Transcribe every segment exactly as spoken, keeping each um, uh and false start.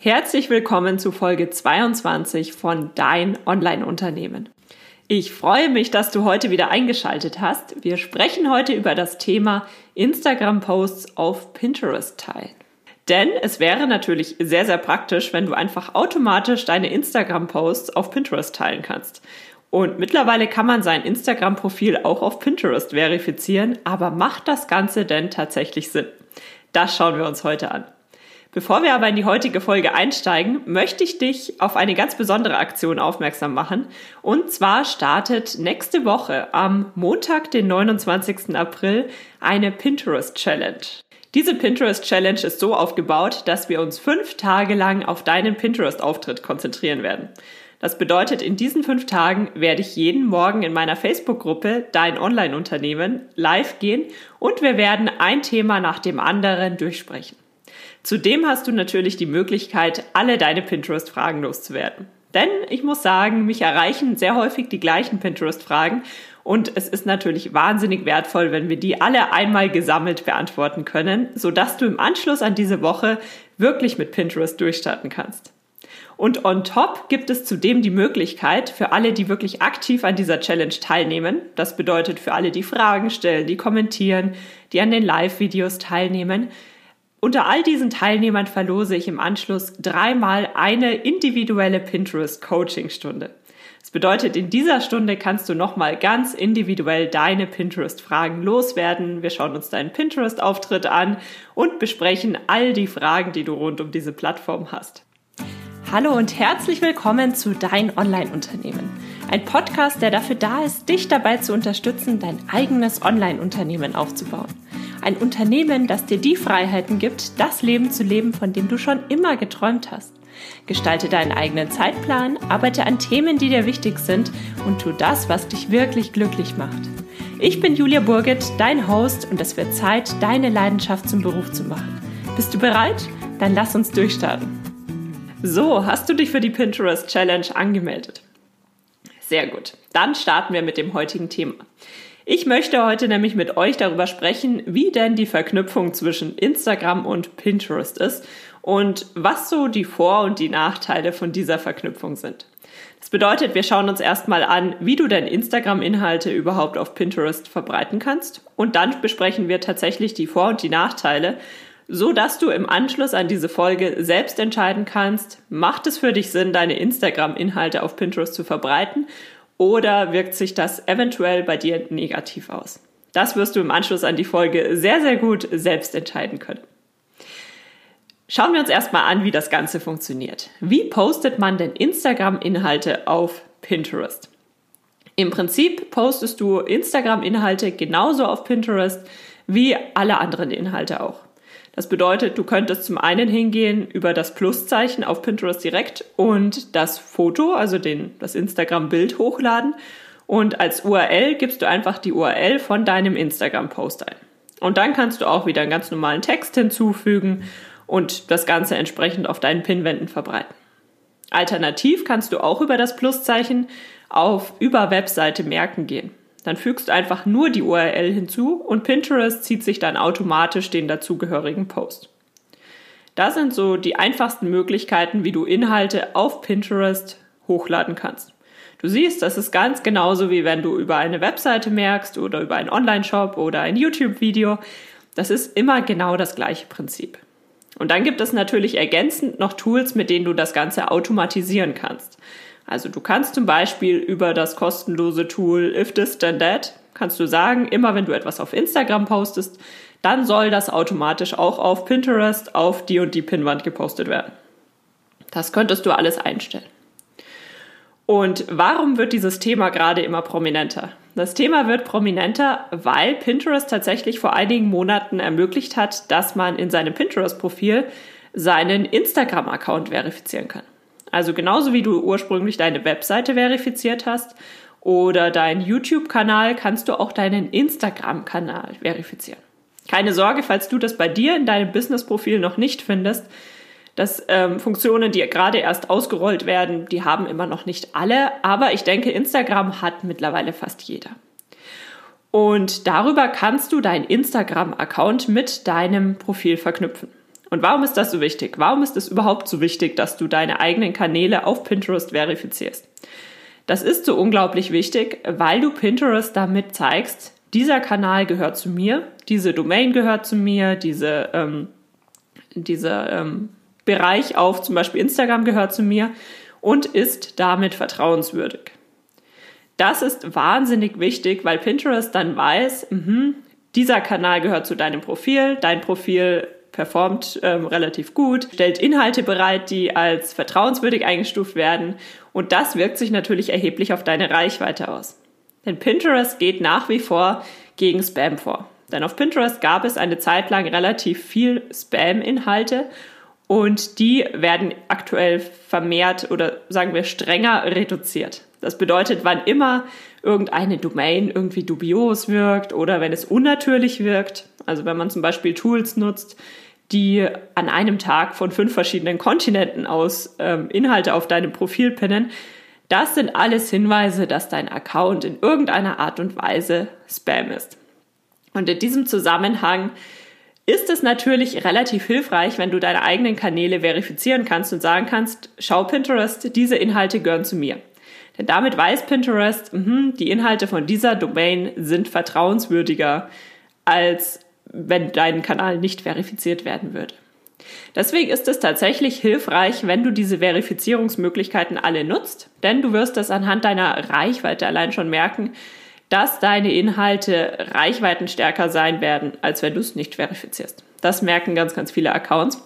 Herzlich willkommen zu Folge zweiundzwanzig von Dein Online-Unternehmen. Ich freue mich, dass du heute wieder eingeschaltet hast. Wir sprechen heute über das Thema Instagram-Posts auf Pinterest teilen. Denn es wäre natürlich sehr, sehr praktisch, wenn du einfach automatisch deine Instagram-Posts auf Pinterest teilen kannst. Und mittlerweile kann man sein Instagram-Profil auch auf Pinterest verifizieren, aber macht das Ganze denn tatsächlich Sinn? Das schauen wir uns heute an. Bevor wir aber in die heutige Folge einsteigen, möchte ich dich auf eine ganz besondere Aktion aufmerksam machen. Und zwar startet nächste Woche am Montag, den neunundzwanzigsten April, eine Pinterest-Challenge. Diese Pinterest-Challenge ist so aufgebaut, dass wir uns fünf Tage lang auf deinen Pinterest-Auftritt konzentrieren werden. Das bedeutet, in diesen fünf Tagen werde ich jeden Morgen in meiner Facebook-Gruppe Dein Online-Unternehmen live gehen und wir werden ein Thema nach dem anderen durchsprechen. Zudem hast du natürlich die Möglichkeit, alle deine Pinterest-Fragen loszuwerden. Denn ich muss sagen, mich erreichen sehr häufig die gleichen Pinterest-Fragen und es ist natürlich wahnsinnig wertvoll, wenn wir die alle einmal gesammelt beantworten können, sodass du im Anschluss an diese Woche wirklich mit Pinterest durchstarten kannst. Und on top gibt es zudem die Möglichkeit für alle, die wirklich aktiv an dieser Challenge teilnehmen, das bedeutet für alle, die Fragen stellen, die kommentieren, die an den Live-Videos teilnehmen. Unter all diesen Teilnehmern verlose ich im Anschluss dreimal eine individuelle Pinterest-Coaching-Stunde. Das bedeutet, in dieser Stunde kannst du nochmal ganz individuell deine Pinterest-Fragen loswerden. Wir schauen uns deinen Pinterest-Auftritt an und besprechen all die Fragen, die du rund um diese Plattform hast. Hallo und herzlich willkommen zu Dein Online-Unternehmen. Ein Podcast, der dafür da ist, dich dabei zu unterstützen, dein eigenes Online-Unternehmen aufzubauen. Ein Unternehmen, das dir die Freiheiten gibt, das Leben zu leben, von dem du schon immer geträumt hast. Gestalte deinen eigenen Zeitplan, arbeite an Themen, die dir wichtig sind und tu das, was dich wirklich glücklich macht. Ich bin Julia Burget, dein Host und es wird Zeit, deine Leidenschaft zum Beruf zu machen. Bist du bereit? Dann lass uns durchstarten. So, hast du dich für die Pinterest Challenge angemeldet? Sehr gut. Dann starten wir mit dem heutigen Thema. Ich möchte heute nämlich mit euch darüber sprechen, wie denn die Verknüpfung zwischen Instagram und Pinterest ist und was so die Vor- und die Nachteile von dieser Verknüpfung sind. Das bedeutet, wir schauen uns erstmal an, wie du denn Instagram-Inhalte überhaupt auf Pinterest verbreiten kannst und dann besprechen wir tatsächlich die Vor- und die Nachteile, so dass du im Anschluss an diese Folge selbst entscheiden kannst, macht es für dich Sinn, deine Instagram-Inhalte auf Pinterest zu verbreiten oder wirkt sich das eventuell bei dir negativ aus? Das wirst du im Anschluss an die Folge sehr, sehr gut selbst entscheiden können. Schauen wir uns erstmal an, wie das Ganze funktioniert. Wie postet man denn Instagram-Inhalte auf Pinterest? Im Prinzip postest du Instagram-Inhalte genauso auf Pinterest wie alle anderen Inhalte auch. Das bedeutet, du könntest zum einen hingehen über das Pluszeichen auf Pinterest direkt und das Foto, also den, das Instagram-Bild hochladen und als U R L gibst du einfach die U R L von deinem Instagram-Post ein. Und dann kannst du auch wieder einen ganz normalen Text hinzufügen und das Ganze entsprechend auf deinen Pinwänden verbreiten. Alternativ kannst du auch über das Pluszeichen auf über Webseite merken gehen. Dann fügst du einfach nur die U R L hinzu und Pinterest zieht sich dann automatisch den dazugehörigen Post. Das sind so die einfachsten Möglichkeiten, wie du Inhalte auf Pinterest hochladen kannst. Du siehst, das ist ganz genauso, wie wenn du über eine Webseite merkst oder über einen Online-Shop oder ein YouTube-Video. Das ist immer genau das gleiche Prinzip. Und dann gibt es natürlich ergänzend noch Tools, mit denen du das Ganze automatisieren kannst. Also du kannst zum Beispiel über das kostenlose Tool If This Then That, kannst du sagen, immer wenn du etwas auf Instagram postest, dann soll das automatisch auch auf Pinterest auf die und die Pinwand gepostet werden. Das könntest du alles einstellen. Und warum wird dieses Thema gerade immer prominenter? Das Thema wird prominenter, weil Pinterest tatsächlich vor einigen Monaten ermöglicht hat, dass man in seinem Pinterest-Profil seinen Instagram-Account verifizieren kann. Also genauso wie du ursprünglich deine Webseite verifiziert hast oder deinen YouTube-Kanal, kannst du auch deinen Instagram-Kanal verifizieren. Keine Sorge, falls du das bei dir in deinem Business-Profil noch nicht findest, dass ähm, Funktionen, die gerade erst ausgerollt werden, die haben immer noch nicht alle, aber ich denke, Instagram hat mittlerweile fast jeder. Und darüber kannst du deinen Instagram-Account mit deinem Profil verknüpfen. Und warum ist das so wichtig? Warum ist es überhaupt so wichtig, dass du deine eigenen Kanäle auf Pinterest verifizierst? Das ist so unglaublich wichtig, weil du Pinterest damit zeigst, dieser Kanal gehört zu mir, diese Domain gehört zu mir, diese, ähm, dieser ähm, Bereich auf zum Beispiel Instagram gehört zu mir und ist damit vertrauenswürdig. Das ist wahnsinnig wichtig, weil Pinterest dann weiß, mh, dieser Kanal gehört zu deinem Profil, dein Profil performt ähm, relativ gut, stellt Inhalte bereit, die als vertrauenswürdig eingestuft werden und das wirkt sich natürlich erheblich auf deine Reichweite aus. Denn Pinterest geht nach wie vor gegen Spam vor. Denn auf Pinterest gab es eine Zeit lang relativ viel Spam-Inhalte und die werden aktuell vermehrt oder sagen wir strenger reduziert. Das bedeutet, wann immer irgendeine Domain irgendwie dubios wirkt oder wenn es unnatürlich wirkt, also wenn man zum Beispiel Tools nutzt, die an einem Tag von fünf verschiedenen Kontinenten aus ähm, Inhalte auf deinem Profil pinnen, das sind alles Hinweise, dass dein Account in irgendeiner Art und Weise Spam ist. Und in diesem Zusammenhang ist es natürlich relativ hilfreich, wenn du deine eigenen Kanäle verifizieren kannst und sagen kannst, schau Pinterest, diese Inhalte gehören zu mir. Denn damit weiß Pinterest, mh, die Inhalte von dieser Domain sind vertrauenswürdiger, als wenn dein Kanal nicht verifiziert werden würde. Deswegen ist es tatsächlich hilfreich, wenn du diese Verifizierungsmöglichkeiten alle nutzt, denn du wirst das anhand deiner Reichweite allein schon merken, dass deine Inhalte reichweitenstärker sein werden, als wenn du es nicht verifizierst. Das merken ganz, ganz viele Accounts.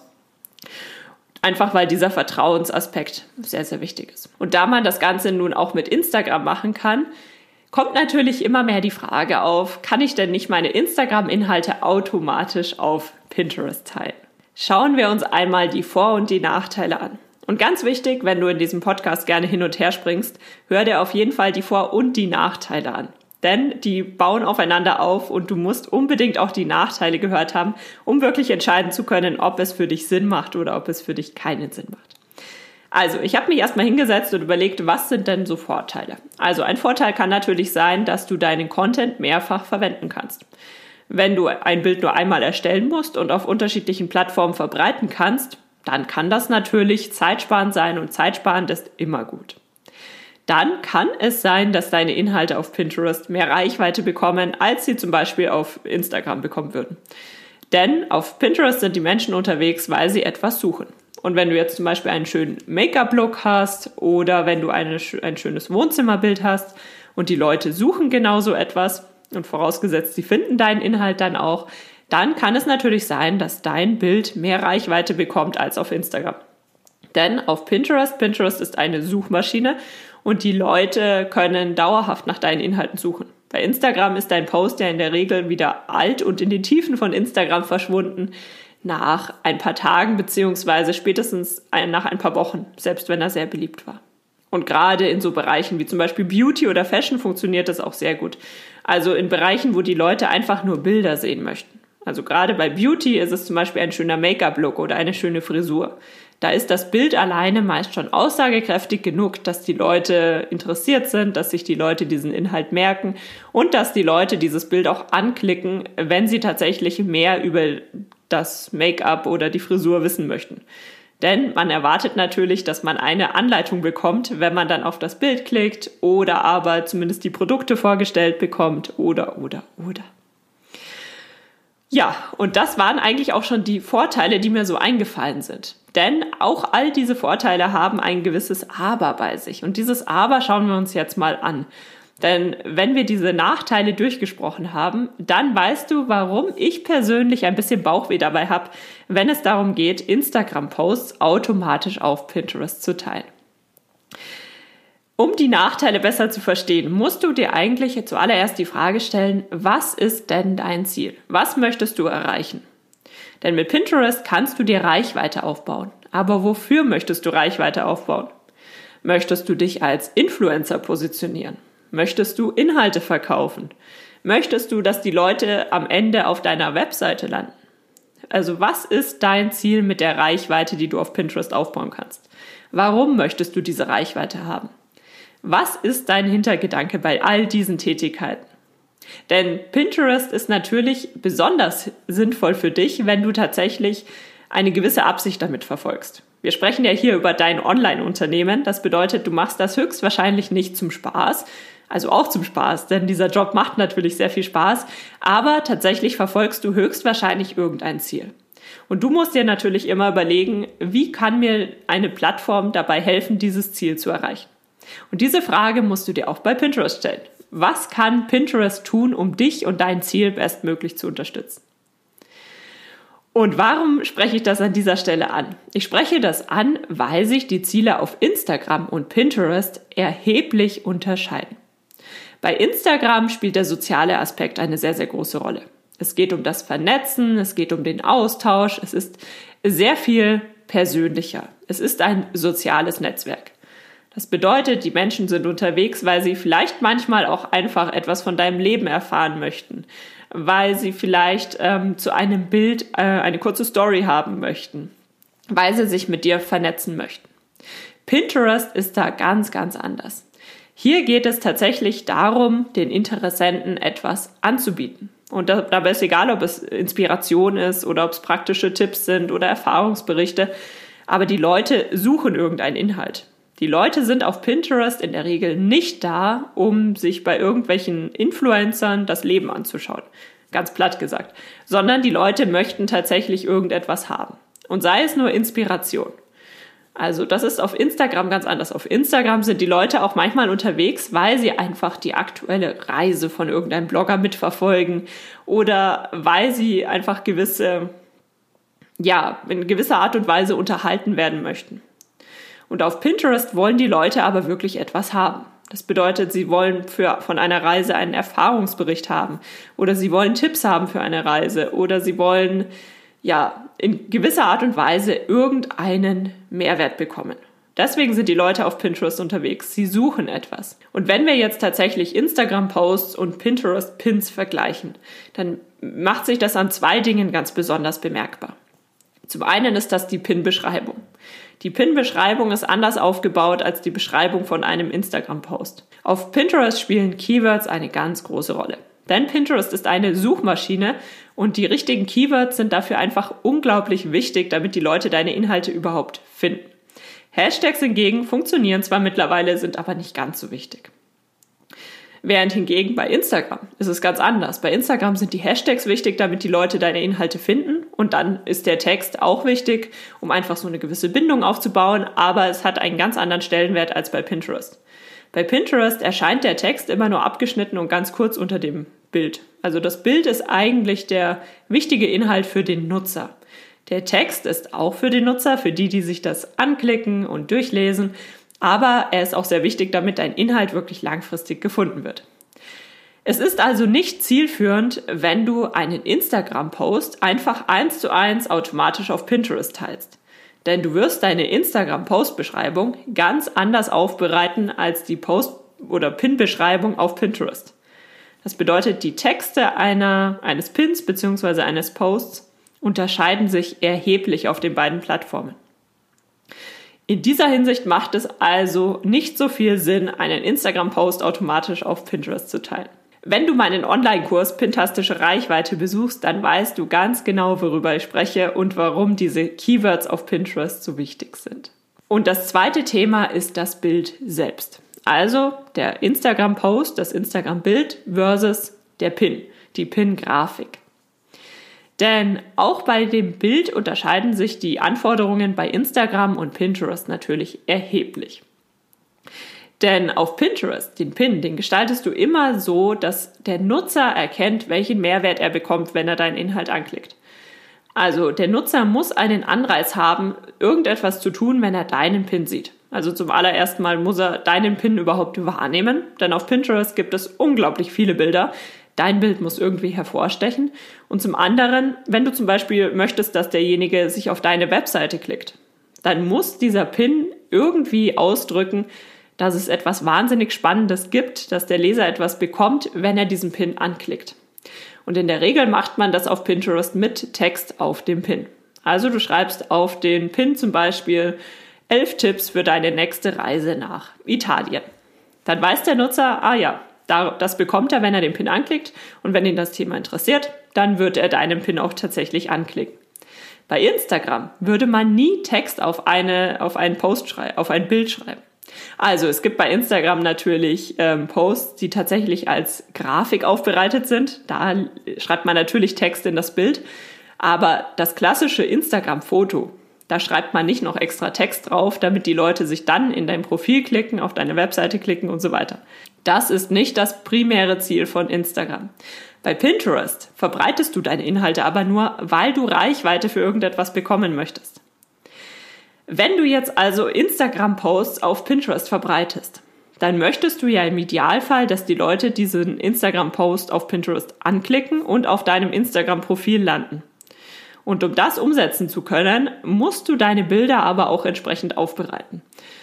Einfach weil dieser Vertrauensaspekt sehr, sehr wichtig ist. Und da man das Ganze nun auch mit Instagram machen kann, kommt natürlich immer mehr die Frage auf, kann ich denn nicht meine Instagram-Inhalte automatisch auf Pinterest teilen? Schauen wir uns einmal die Vor- und die Nachteile an. Und ganz wichtig, wenn du in diesem Podcast gerne hin und her springst, hör dir auf jeden Fall die Vor- und die Nachteile an. Denn die bauen aufeinander auf und du musst unbedingt auch die Nachteile gehört haben, um wirklich entscheiden zu können, ob es für dich Sinn macht oder ob es für dich keinen Sinn macht. Also, ich habe mich erstmal hingesetzt und überlegt, was sind denn so Vorteile? Also, ein Vorteil kann natürlich sein, dass du deinen Content mehrfach verwenden kannst. Wenn du ein Bild nur einmal erstellen musst und auf unterschiedlichen Plattformen verbreiten kannst, dann kann das natürlich zeitsparend sein und zeitsparend ist immer gut. Dann kann es sein, dass deine Inhalte auf Pinterest mehr Reichweite bekommen, als sie zum Beispiel auf Instagram bekommen würden. Denn auf Pinterest sind die Menschen unterwegs, weil sie etwas suchen. Und wenn du jetzt zum Beispiel einen schönen Make-up-Look hast oder wenn du eine, ein schönes Wohnzimmerbild hast und die Leute suchen genau so etwas und vorausgesetzt, sie finden deinen Inhalt dann auch, dann kann es natürlich sein, dass dein Bild mehr Reichweite bekommt als auf Instagram. Denn auf Pinterest, Pinterest ist eine Suchmaschine und die Leute können dauerhaft nach deinen Inhalten suchen. Bei Instagram ist dein Post ja in der Regel wieder alt und in den Tiefen von Instagram verschwunden nach ein paar Tagen beziehungsweise spätestens nach ein paar Wochen, selbst wenn er sehr beliebt war. Und gerade in so Bereichen wie zum Beispiel Beauty oder Fashion funktioniert das auch sehr gut. Also in Bereichen, wo die Leute einfach nur Bilder sehen möchten. Also gerade bei Beauty ist es zum Beispiel ein schöner Make-up-Look oder eine schöne Frisur. Da ist das Bild alleine meist schon aussagekräftig genug, dass die Leute interessiert sind, dass sich die Leute diesen Inhalt merken und dass die Leute dieses Bild auch anklicken, wenn sie tatsächlich mehr über das Make-up oder die Frisur wissen möchten. Denn man erwartet natürlich, dass man eine Anleitung bekommt, wenn man dann auf das Bild klickt oder aber zumindest die Produkte vorgestellt bekommt oder, oder, oder. Ja, und das waren eigentlich auch schon die Vorteile, die mir so eingefallen sind. Denn auch all diese Vorteile haben ein gewisses Aber bei sich. Und dieses Aber schauen wir uns jetzt mal an. Denn wenn wir diese Nachteile durchgesprochen haben, dann weißt du, warum ich persönlich ein bisschen Bauchweh dabei habe, wenn es darum geht, Instagram-Posts automatisch auf Pinterest zu teilen. Um die Nachteile besser zu verstehen, musst du dir eigentlich zuallererst die Frage stellen, was ist denn dein Ziel? Was möchtest du erreichen? Denn mit Pinterest kannst du dir Reichweite aufbauen. Aber wofür möchtest du Reichweite aufbauen? Möchtest du dich als Influencer positionieren? Möchtest du Inhalte verkaufen? Möchtest du, dass die Leute am Ende auf deiner Webseite landen? Also was ist dein Ziel mit der Reichweite, die du auf Pinterest aufbauen kannst? Warum möchtest du diese Reichweite haben? Was ist dein Hintergedanke bei all diesen Tätigkeiten? Denn Pinterest ist natürlich besonders sinnvoll für dich, wenn du tatsächlich eine gewisse Absicht damit verfolgst. Wir sprechen ja hier über dein Online-Unternehmen. Das bedeutet, du machst das höchstwahrscheinlich nicht zum Spaß, also auch zum Spaß, denn dieser Job macht natürlich sehr viel Spaß, aber tatsächlich verfolgst du höchstwahrscheinlich irgendein Ziel. Und du musst dir natürlich immer überlegen, wie kann mir eine Plattform dabei helfen, dieses Ziel zu erreichen? Und diese Frage musst du dir auch bei Pinterest stellen. Was kann Pinterest tun, um dich und dein Ziel bestmöglich zu unterstützen? Und warum spreche ich das an dieser Stelle an? Ich spreche das an, weil sich die Ziele auf Instagram und Pinterest erheblich unterscheiden. Bei Instagram spielt der soziale Aspekt eine sehr, sehr große Rolle. Es geht um das Vernetzen, es geht um den Austausch, es ist sehr viel persönlicher. Es ist ein soziales Netzwerk. Das bedeutet, die Menschen sind unterwegs, weil sie vielleicht manchmal auch einfach etwas von deinem Leben erfahren möchten, weil sie vielleicht ähm, zu einem Bild äh, eine kurze Story haben möchten, weil sie sich mit dir vernetzen möchten. Pinterest ist da ganz, ganz anders. Hier geht es tatsächlich darum, den Interessenten etwas anzubieten. Und da, dabei ist egal, ob es Inspiration ist oder ob es praktische Tipps sind oder Erfahrungsberichte, aber die Leute suchen irgendeinen Inhalt. Die Leute sind auf Pinterest in der Regel nicht da, um sich bei irgendwelchen Influencern das Leben anzuschauen. Ganz platt gesagt. Sondern die Leute möchten tatsächlich irgendetwas haben. Und sei es nur Inspiration. Also das ist auf Instagram ganz anders. Auf Instagram sind die Leute auch manchmal unterwegs, weil sie einfach die aktuelle Reise von irgendeinem Blogger mitverfolgen oder weil sie einfach gewisse, ja, in gewisser Art und Weise unterhalten werden möchten. Und auf Pinterest wollen die Leute aber wirklich etwas haben. Das bedeutet, sie wollen für, von einer Reise einen Erfahrungsbericht haben oder sie wollen Tipps haben für eine Reise oder sie wollen ja in gewisser Art und Weise irgendeinen Mehrwert bekommen. Deswegen sind die Leute auf Pinterest unterwegs. Sie suchen etwas. Und wenn wir jetzt tatsächlich Instagram-Posts und Pinterest-Pins vergleichen, dann macht sich das an zwei Dingen ganz besonders bemerkbar. Zum einen ist das die Pin-Beschreibung. Die Pin-Beschreibung ist anders aufgebaut als die Beschreibung von einem Instagram-Post. Auf Pinterest spielen Keywords eine ganz große Rolle. Denn Pinterest ist eine Suchmaschine und die richtigen Keywords sind dafür einfach unglaublich wichtig, damit die Leute deine Inhalte überhaupt finden. Hashtags hingegen funktionieren zwar mittlerweile, sind aber nicht ganz so wichtig. Während hingegen bei Instagram ist es ganz anders. Bei Instagram sind die Hashtags wichtig, damit die Leute deine Inhalte finden. Und dann ist der Text auch wichtig, um einfach so eine gewisse Bindung aufzubauen. Aber es hat einen ganz anderen Stellenwert als bei Pinterest. Bei Pinterest erscheint der Text immer nur abgeschnitten und ganz kurz unter dem Bild. Also das Bild ist eigentlich der wichtige Inhalt für den Nutzer. Der Text ist auch für den Nutzer, für die, die sich das anklicken und durchlesen. Aber er ist auch sehr wichtig, damit dein Inhalt wirklich langfristig gefunden wird. Es ist also nicht zielführend, wenn du einen Instagram-Post einfach eins zu eins automatisch auf Pinterest teilst. Denn du wirst deine Instagram-Post-Beschreibung ganz anders aufbereiten als die Post- oder Pin-Beschreibung auf Pinterest. Das bedeutet, die Texte einer, eines Pins bzw. eines Posts unterscheiden sich erheblich auf den beiden Plattformen. In dieser Hinsicht macht es also nicht so viel Sinn, einen Instagram-Post automatisch auf Pinterest zu teilen. Wenn du meinen Online-Kurs Pintastische Reichweite besuchst, dann weißt du ganz genau, worüber ich spreche und warum diese Keywords auf Pinterest so wichtig sind. Und das zweite Thema ist das Bild selbst. Also der Instagram-Post, das Instagram-Bild versus der Pin, die Pin-Grafik. Denn auch bei dem Bild unterscheiden sich die Anforderungen bei Instagram und Pinterest natürlich erheblich. Denn auf Pinterest, den Pin, den gestaltest du immer so, dass der Nutzer erkennt, welchen Mehrwert er bekommt, wenn er deinen Inhalt anklickt. Also der Nutzer muss einen Anreiz haben, irgendetwas zu tun, wenn er deinen Pin sieht. Also zum allerersten Mal muss er deinen Pin überhaupt wahrnehmen, denn auf Pinterest gibt es unglaublich viele Bilder. Dein Bild muss irgendwie hervorstechen. Und zum anderen, wenn du zum Beispiel möchtest, dass derjenige sich auf deine Webseite klickt, dann muss dieser Pin irgendwie ausdrücken, dass es etwas wahnsinnig Spannendes gibt, dass der Leser etwas bekommt, wenn er diesen Pin anklickt. Und in der Regel macht man das auf Pinterest mit Text auf dem Pin. Also du schreibst auf den Pin zum Beispiel elf Tipps für deine nächste Reise nach Italien. Dann weiß der Nutzer, ah ja, das bekommt er, wenn er den Pin anklickt. Und wenn ihn das Thema interessiert, dann wird er deinen Pin auch tatsächlich anklicken. Bei Instagram würde man nie Text auf eine, auf einen Post schreiben, auf ein Bild schreiben. Also es gibt bei Instagram natürlich ähm, Posts, die tatsächlich als Grafik aufbereitet sind. Da schreibt man natürlich Text in das Bild. Aber das klassische Instagram-Foto, da schreibt man nicht noch extra Text drauf, damit die Leute sich dann in dein Profil klicken, auf deine Webseite klicken und so weiter. Das ist nicht das primäre Ziel von Instagram. Bei Pinterest verbreitest du deine Inhalte aber nur, weil du Reichweite für irgendetwas bekommen möchtest. Wenn du jetzt also Instagram-Posts auf Pinterest verbreitest, dann möchtest du ja im Idealfall, dass die Leute diesen Instagram-Post auf Pinterest anklicken und auf deinem Instagram-Profil landen. Und um das umsetzen zu können, musst du deine Bilder aber auch entsprechend aufbereiten.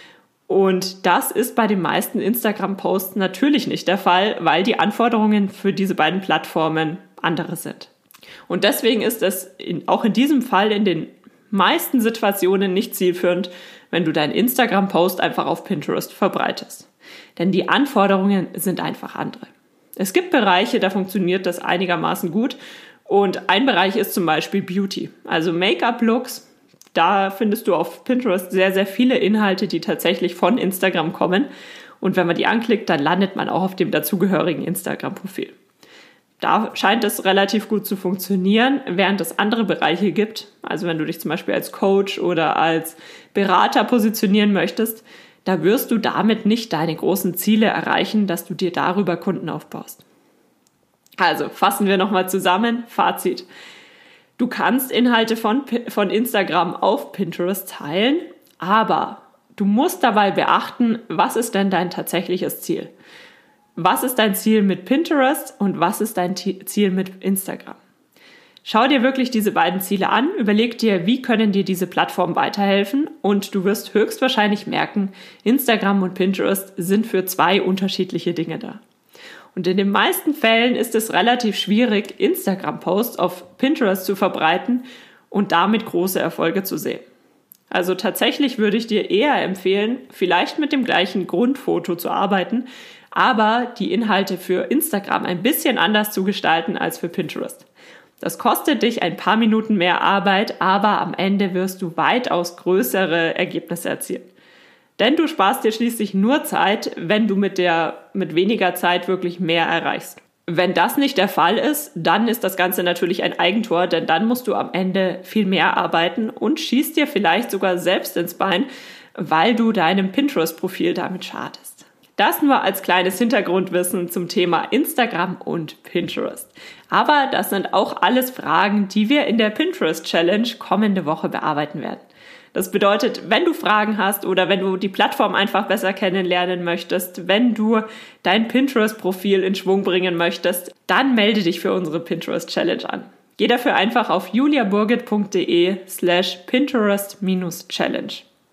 Und das ist bei den meisten Instagram-Posts natürlich nicht der Fall, weil die Anforderungen für diese beiden Plattformen andere sind. Und deswegen ist es in, auch in diesem Fall in den meisten Situationen nicht zielführend, wenn du deinen Instagram-Post einfach auf Pinterest verbreitest. Denn die Anforderungen sind einfach andere. Es gibt Bereiche, da funktioniert das einigermaßen gut. Und ein Bereich ist zum Beispiel Beauty, also Make-up-Looks. Da findest du auf Pinterest sehr, sehr viele Inhalte, die tatsächlich von Instagram kommen. Und wenn man die anklickt, dann landet man auch auf dem dazugehörigen Instagram-Profil. Da scheint es relativ gut zu funktionieren, während es andere Bereiche gibt. Also wenn du dich zum Beispiel als Coach oder als Berater positionieren möchtest, da wirst du damit nicht deine großen Ziele erreichen, dass du dir darüber Kunden aufbaust. Also fassen wir nochmal zusammen. Fazit. Du kannst Inhalte von, von Instagram auf Pinterest teilen, aber du musst dabei beachten, was ist denn dein tatsächliches Ziel? Was ist dein Ziel mit Pinterest und was ist dein Ziel mit Instagram? Schau dir wirklich diese beiden Ziele an, überleg dir, wie können dir diese Plattformen weiterhelfen und du wirst höchstwahrscheinlich merken, Instagram und Pinterest sind für zwei unterschiedliche Dinge da. Und in den meisten Fällen ist es relativ schwierig, Instagram-Posts auf Pinterest zu verbreiten und damit große Erfolge zu sehen. Also tatsächlich würde ich dir eher empfehlen, vielleicht mit dem gleichen Grundfoto zu arbeiten, aber die Inhalte für Instagram ein bisschen anders zu gestalten als für Pinterest. Das kostet dich ein paar Minuten mehr Arbeit, aber am Ende wirst du weitaus größere Ergebnisse erzielen. Denn du sparst dir schließlich nur Zeit, wenn du mit der, mit weniger Zeit wirklich mehr erreichst. Wenn das nicht der Fall ist, dann ist das Ganze natürlich ein Eigentor, denn dann musst du am Ende viel mehr arbeiten und schießt dir vielleicht sogar selbst ins Bein, weil du deinem Pinterest-Profil damit schadest. Das nur als kleines Hintergrundwissen zum Thema Instagram und Pinterest. Aber das sind auch alles Fragen, die wir in der Pinterest-Challenge kommende Woche bearbeiten werden. Das bedeutet, wenn du Fragen hast oder wenn du die Plattform einfach besser kennenlernen möchtest, wenn du dein Pinterest-Profil in Schwung bringen möchtest, dann melde dich für unsere Pinterest-Challenge an. Geh dafür einfach auf juliaburgit.de slash Pinterest-Challenge.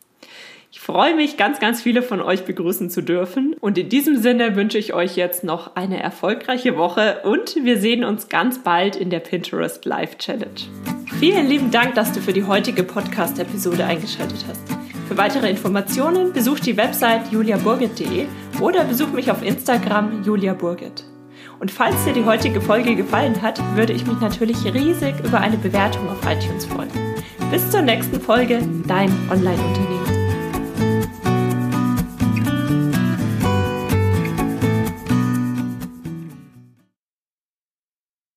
Ich freue mich, ganz, ganz viele von euch begrüßen zu dürfen. Und in diesem Sinne wünsche ich euch jetzt noch eine erfolgreiche Woche und wir sehen uns ganz bald in der Pinterest Live Challenge. Vielen lieben Dank, dass du für die heutige Podcast-Episode eingeschaltet hast. Für weitere Informationen besuch die Website juliaburgit punkt de oder besuch mich auf Instagram juliaburgit. Und falls dir die heutige Folge gefallen hat, würde ich mich natürlich riesig über eine Bewertung auf iTunes freuen. Bis zur nächsten Folge, dein Online-Unternehmen.